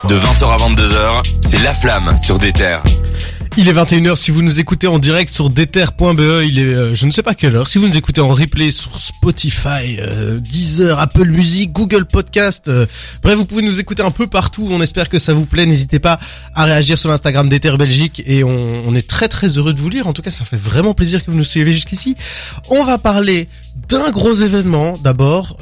De 20h à 22h, c'est La Flamme sur Déter. Il est 21h si vous nous écoutez en direct sur Déter.be, il est je ne sais pas quelle heure. Si vous nous écoutez en replay sur Spotify, Deezer, Apple Music, Google Podcast, bref, vous pouvez nous écouter un peu partout. On espère que ça vous plaît. N'hésitez pas à réagir sur l'Instagram Déter Belgique et on est très très heureux de vous lire. En tout cas, ça fait vraiment plaisir que vous nous suivez jusqu'ici. On va parler d'un gros événement d'abord.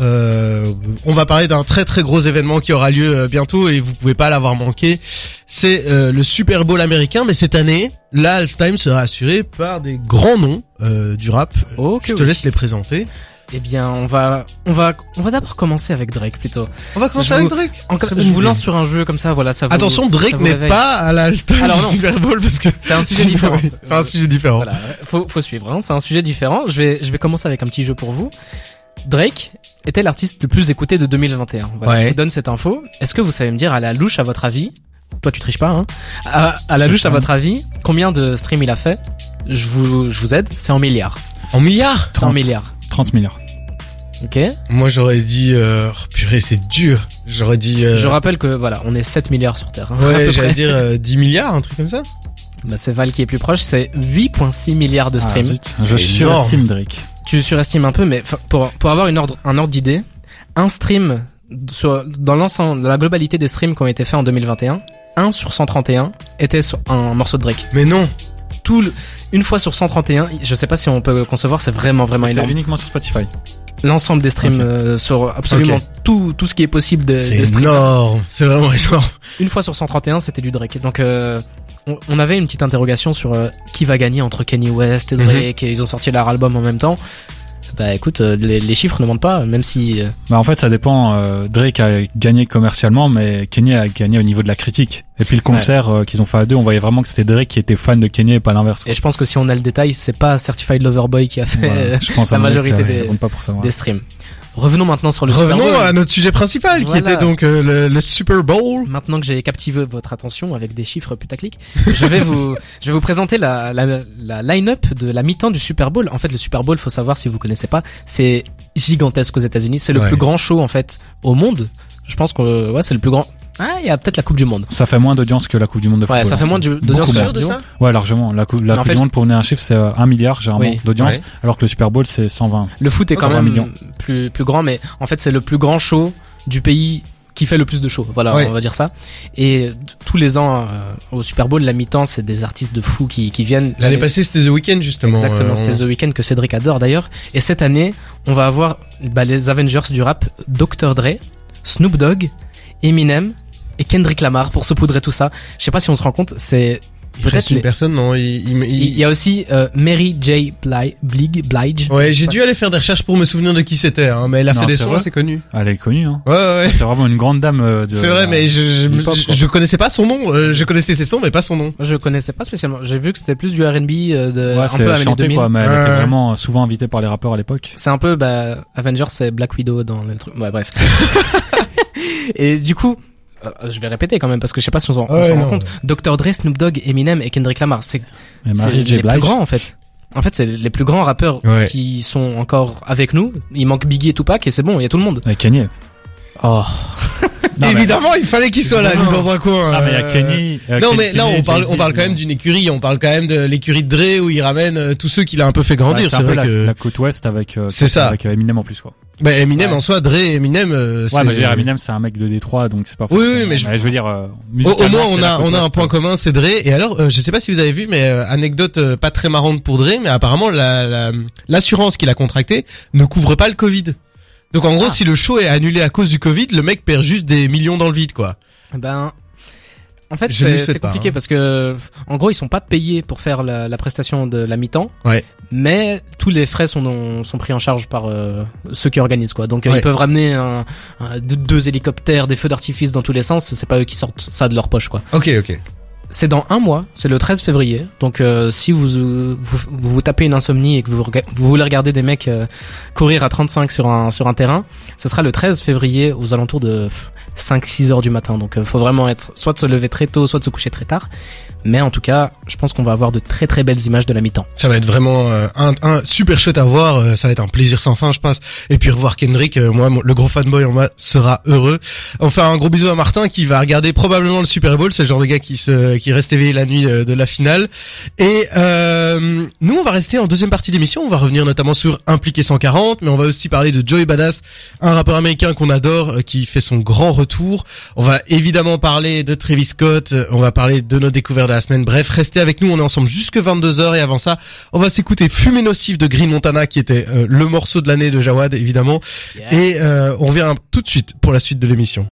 On va parler d'un très très gros événement qui aura lieu bientôt et vous pouvez pas l'avoir manqué. C'est le Super Bowl américain, mais cette année, la halftime sera assurée par des grands noms du rap. Je te laisse les présenter. Eh bien, on va d'abord commencer avec Drake plutôt. On va commencer avec Drake. Je vous lance sur un jeu comme ça, voilà, ça vous. Attention, Drake n'est pas à la halftime du Super Bowl parce que c'est un sujet différent. C'est un sujet différent. Voilà, faut suivre, hein, c'est un sujet différent. Je vais commencer avec un petit jeu pour vous. Drake était l'artiste le plus écouté de 2021. Voilà, ouais. Je vous donne cette info. Est-ce que vous savez me dire à la louche, à votre avis, toi tu triches pas, hein, à la louche, à votre avis, combien de streams il a fait? Je vous aide, c'est en milliards. En milliards? C'est en milliards. 30 milliards. Ok. Moi j'aurais dit purée, c'est dur. J'aurais dit Je rappelle que voilà, on est 7 milliards sur Terre. Hein, ouais, j'allais dire 10 milliards, un truc comme ça. Bah c'est Val qui est plus proche, c'est 8.6 milliards de streams. Je surestime Drake. Tu surestimes un peu, mais pour avoir un ordre d'idée, un stream dans l'ensemble, la globalité des streams qui ont été faits en 2021, 1 sur 131 était sur un morceau de Drake. Mais non. Une fois sur 131, je sais pas si on peut concevoir, c'est vraiment énorme. C'est uniquement sur Spotify. L'ensemble des streams sur absolument tout ce qui est possible c'est énorme, c'est vraiment énorme. Une fois sur 131, c'était du Drake. Donc on avait une petite interrogation sur qui va gagner entre Kanye West et Drake, et ils ont sorti leur album en même temps. Bah écoute, les chiffres ne mentent pas, même si... Bah en fait ça dépend, Drake a gagné commercialement, mais Kanye a gagné au niveau de la critique. Et puis le concert qu'ils ont fait à deux, on voyait vraiment que c'était Drake qui était fan de Kanye et pas l'inverse. Et je pense que si on a le détail, c'est pas Certified Lover Boy qui a fait je pense la majorité des streams. Revenons maintenant sur le Super Bowl. Revenons à notre sujet principal, qui était donc le Super Bowl. Maintenant que j'ai captivé votre attention avec des chiffres putaclic, je vais vous présenter la line-up de la mi-temps du Super Bowl. En fait, le Super Bowl, faut savoir si vous connaissez pas, c'est gigantesque aux États-Unis. C'est le plus grand show en fait au monde. Je pense que c'est le plus grand. Ah, il y a peut-être la Coupe du Monde. Ça fait moins d'audience que la Coupe du Monde de football. Ouais, ça fait moins d'audience de ça. Ouais, largement. La Coupe du Monde, pour donner un chiffre, c'est 1 milliard, généralement, d'audience. Alors que le Super Bowl, c'est 120. Le foot est quand même plus grand, mais en fait, c'est le plus grand show du pays qui fait le plus de shows. Voilà, on va dire ça. Et tous les ans, au Super Bowl, la mi-temps, c'est des artistes de fous qui viennent. L'année passée, c'était The Weeknd, justement. Exactement, c'était The Weeknd que Cédric adore d'ailleurs. Et cette année, on va avoir, les Avengers du rap, Dr. Dre, Snoop Dogg, Eminem, et Kendrick Lamar pour saupoudrer tout ça. Je sais pas si on se rend compte, c'est peut-être une personne, non? Il y a aussi Mary J. Blige. Ouais, j'ai dû aller faire des recherches pour me souvenir de qui c'était, hein, mais elle a fait des sons assez connus. Elle est connue, hein. Ouais. C'est vraiment une grande dame c'est vrai, mais je connaissais pas son nom. Je connaissais ses sons, mais pas son nom. Je connaissais pas spécialement. J'ai vu que c'était plus du R&B un peu à 2000. Quoi, mais elle était vraiment souvent invitée par les rappeurs à l'époque. C'est un peu, Avengers, c'est Black Widow dans le truc. Ouais, bref. Et du coup, je vais répéter quand même parce que je sais pas si on s'en rend compte. Dr. Dre, Snoop Dogg, Eminem et Kendrick Lamar, c'est les plus grands en fait. En fait, c'est les plus grands rappeurs qui sont encore avec nous. Il manque Biggie et Tupac et c'est bon, il y a tout le monde. Et Kanye. Oh. Non, évidemment, il fallait qu'il soit là, lui, dans un coin. Ah, mais il y a Kanye. Non, mais là, on parle quand même d'une écurie. On parle quand même de l'écurie de Dre où il ramène tous ceux qu'il a un peu fait grandir. C'est vrai que la côte ouest avec Eminem en plus, quoi. Bah Eminem en soi, Dre, Eminem. Eminem c'est un mec de Détroit, donc c'est pas. Oui, mais je veux dire. Au moins on a un point commun, c'est Dre. Et alors, je sais pas si vous avez vu, mais anecdote pas très marrante pour Dre, mais apparemment l'assurance qu'il a contractée ne couvre pas le Covid. Donc en gros, si le show est annulé à cause du Covid, le mec perd juste des millions dans le vide, quoi. En fait, c'est compliqué parce que, en gros, ils sont pas payés pour faire la prestation de la mi-temps. Ouais. Mais tous les frais sont pris en charge par ceux qui organisent, quoi. Donc ils peuvent ramener deux hélicoptères, des feux d'artifice dans tous les sens. C'est pas eux qui sortent ça de leur poche, quoi. Ok. C'est dans un mois, c'est le 13 février. Donc si vous tapez une insomnie et que vous voulez regarder des mecs courir à 35 sur un terrain, ce sera le 13 février aux alentours de 5-6 heures du matin. Donc faut vraiment être soit de se lever très tôt, soit de se coucher très tard. Mais en tout cas, je pense qu'on va avoir de très très belles images de la mi-temps. Ça va être vraiment un super chouette à voir, ça va être un plaisir sans fin je pense. Et puis revoir Kendrick, moi le gros fanboy en moi sera heureux. Enfin un gros bisou à Martin qui va regarder probablement le Super Bowl, c'est le genre de gars qui reste éveillé la nuit de la finale. Et nous on va rester en deuxième partie d'émission, on va revenir notamment sur Impliqué 140, mais on va aussi parler de Joey Badass, un rappeur américain qu'on adore qui fait son grand retour. On va évidemment parler de Travis Scott, on va parler de nos découvertes de la semaine. Bref, restez avec nous, on est ensemble jusque 22h et avant ça, on va s'écouter Fumée Nocive de Green Montana qui était le morceau de l'année de Jawad évidemment. Yeah. Et on revient tout de suite pour la suite de l'émission.